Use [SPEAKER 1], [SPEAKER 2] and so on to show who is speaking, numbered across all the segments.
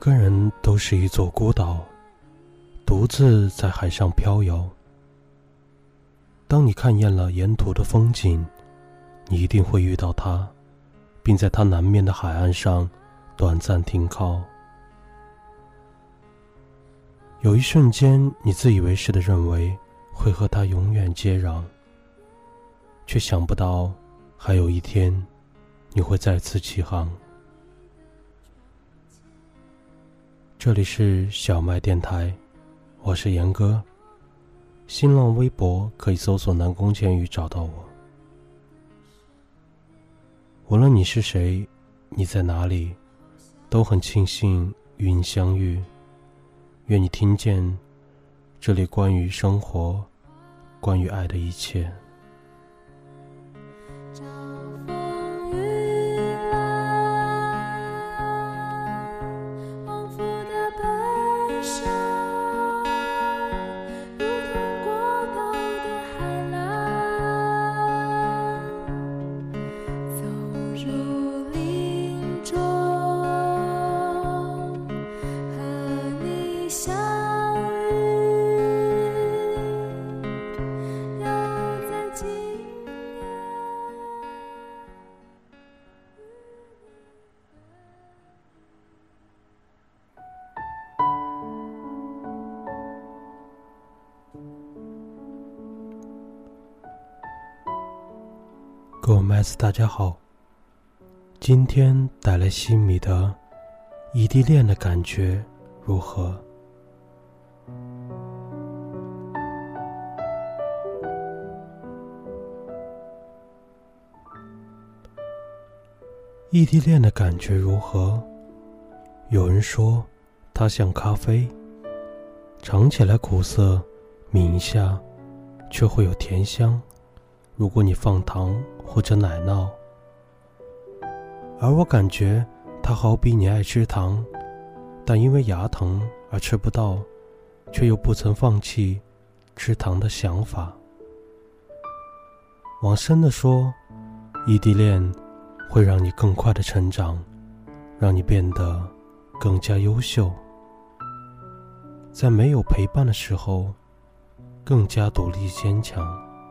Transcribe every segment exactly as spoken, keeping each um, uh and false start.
[SPEAKER 1] 个人都是一座孤岛，独自在海上飘摇。当你看厌了沿途的风景，你一定会遇到他，并在他南面的海岸上短暂停靠。有一瞬间，你自以为是地认为会和他永远接壤，却想不到还有一天你会再次起航。这里是小麦电台，我是严哥，新浪微博可以搜索南宫千羽找到我。无论你是谁，你在哪里，都很庆幸与你相遇。愿你听见这里关于生活，关于爱的一切。各位麦子大家好，今天带来西米的异地恋的感觉如何？异地恋的感觉如何？有人说它像咖啡，尝起来苦涩，抿一下却会有甜香，如果你放糖或者奶酪。而我感觉它好比你爱吃糖，但因为牙疼而吃不到，却又不曾放弃吃糖的想法。往深的说，异地恋会让你更快的成长，让你变得更加优秀，在没有陪伴的时候更加独立坚强。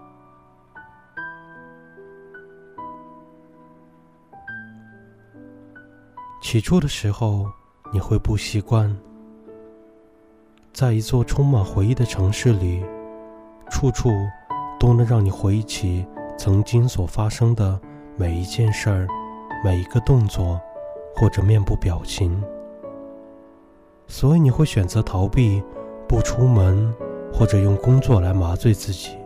[SPEAKER 1] 起初的时候你会不习惯，在一座充满回忆的城市里，处处都能让你回忆起曾经所发生的每一件事儿，每一个动作或者面部表情，所以你会选择逃避，不出门，或者用工作来麻醉自己。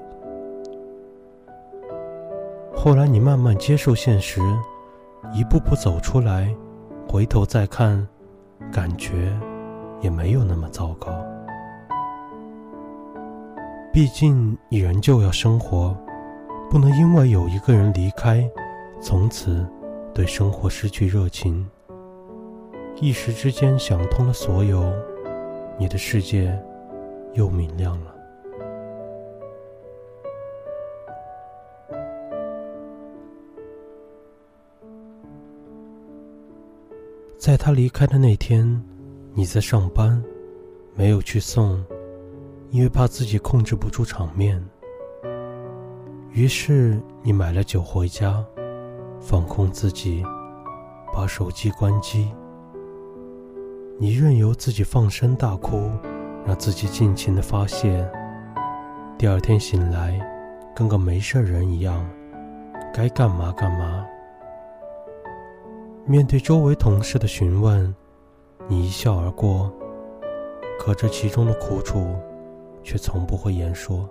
[SPEAKER 1] 后来你慢慢接受现实，一步步走出来，回头再看，感觉也没有那么糟糕。毕竟你仍旧要生活，不能因为有一个人离开，从此对生活失去热情。一时之间想通了所有，你的世界又明亮了。在他离开的那天，你在上班，没有去送，因为怕自己控制不住场面。于是你买了酒回家，放空自己，把手机关机。你任由自己放声大哭，让自己尽情地发泄。第二天醒来，跟个没事人一样，该干嘛干嘛。面对周围同事的询问，你一笑而过，可这其中的苦楚却从不会言说。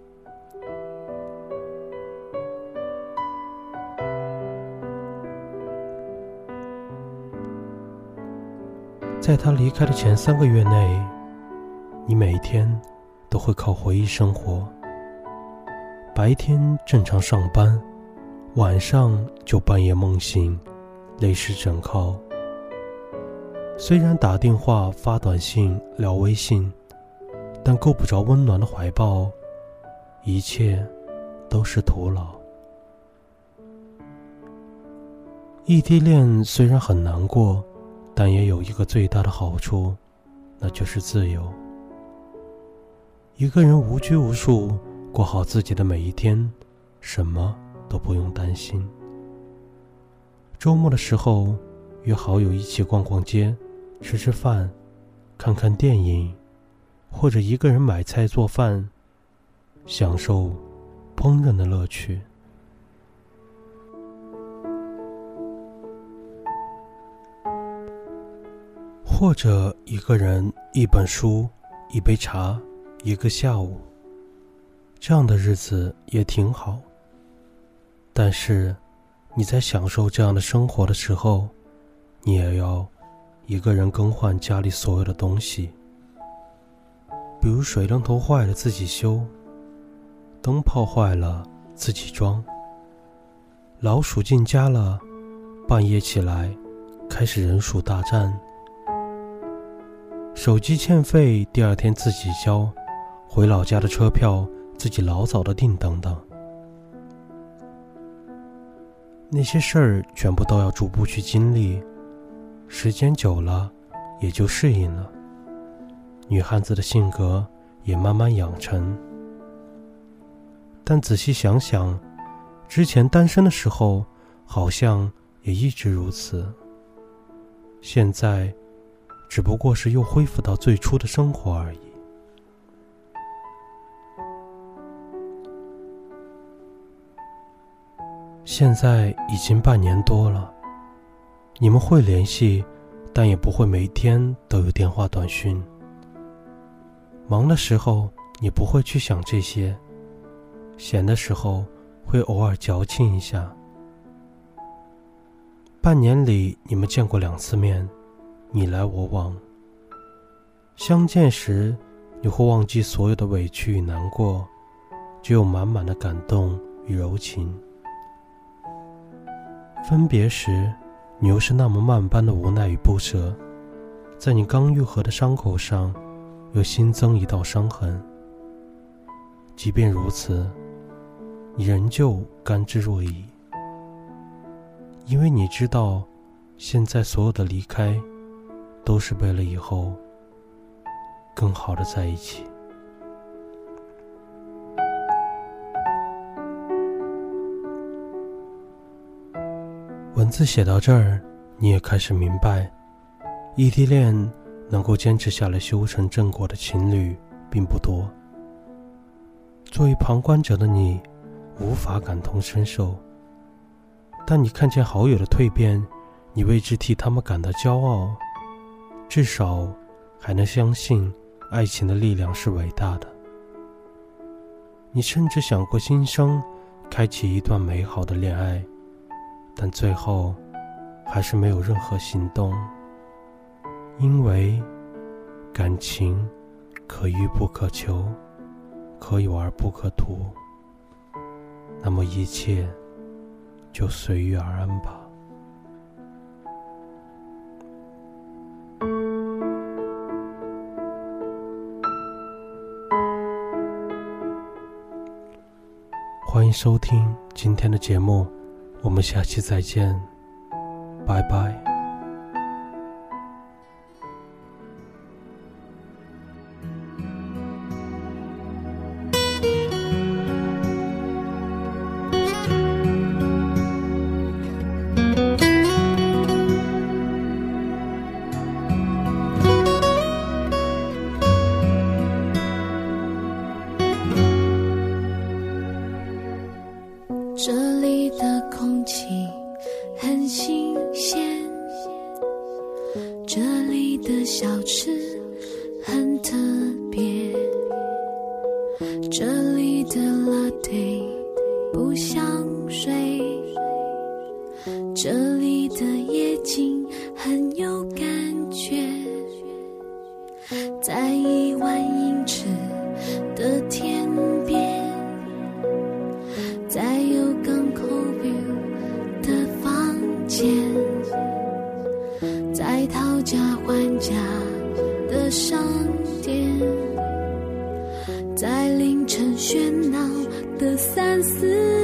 [SPEAKER 1] 在他离开的前三个月内，你每一天都会靠回忆生活，白天正常上班，晚上就半夜梦醒，累湿枕靠。虽然打电话、发短信、聊微信，但够不着温暖的怀抱，一切都是徒劳。异地恋虽然很难过， 但也有一个最大的好处，那就是自由。一个人无拘无束，过好自己的每一天，什么都不用担心。周末的时候，约好友一起逛逛街，吃吃饭，看看电影，或者一个人买菜做饭，享受烹饪的乐趣。或者一个人一本书，一杯茶，一个下午，这样的日子也挺好。但是你在享受这样的生活的时候，你也要一个人更换家里所有的东西，比如水龙头坏了自己修，灯泡坏了自己装，老鼠进家了，半夜起来开始人鼠大战，手机欠费第二天自己交，回老家的车票自己老早的订等等。那些事儿全部都要逐步去经历，时间久了也就适应了，女汉子的性格也慢慢养成。但仔细想想，之前单身的时候好像也一直如此，现在只不过是又恢复到最初的生活而已。现在已经半年多了，你们会联系，但也不会每天都有电话短讯。忙的时候你不会去想这些，闲的时候会偶尔矫情一下。半年里你们见过两次面，你来我往。相见时你会忘记所有的委屈与难过，只有满满的感动与柔情。分别时你又是那么万般的无奈与不舍，在你刚愈合的伤口上又新增一道伤痕。即便如此，你仍旧甘之若饴，因为你知道现在所有的离开都是为了以后更好的在一起。文字写到这儿，你也开始明白，异地恋能够坚持下来修成正果的情侣并不多。作为旁观者的你无法感同身受，但你看见好友的蜕变，你为之替他们感到骄傲，至少还能相信爱情的力量是伟大的。你甚至想过今生开启一段美好的恋爱，但最后还是没有任何行动，因为感情可遇不可求，可有而不可图，那么一切就随遇而安吧。欢迎收听今天的节目，我们下期再见，拜拜。
[SPEAKER 2] 这里的空气很新鲜，这里的小吃很特别，这里的 latte 不像水，这里的夜景很有感觉，在一万英尺的天边，在有港口 view 的房间，在讨价还价的商店，在凌晨喧闹的三四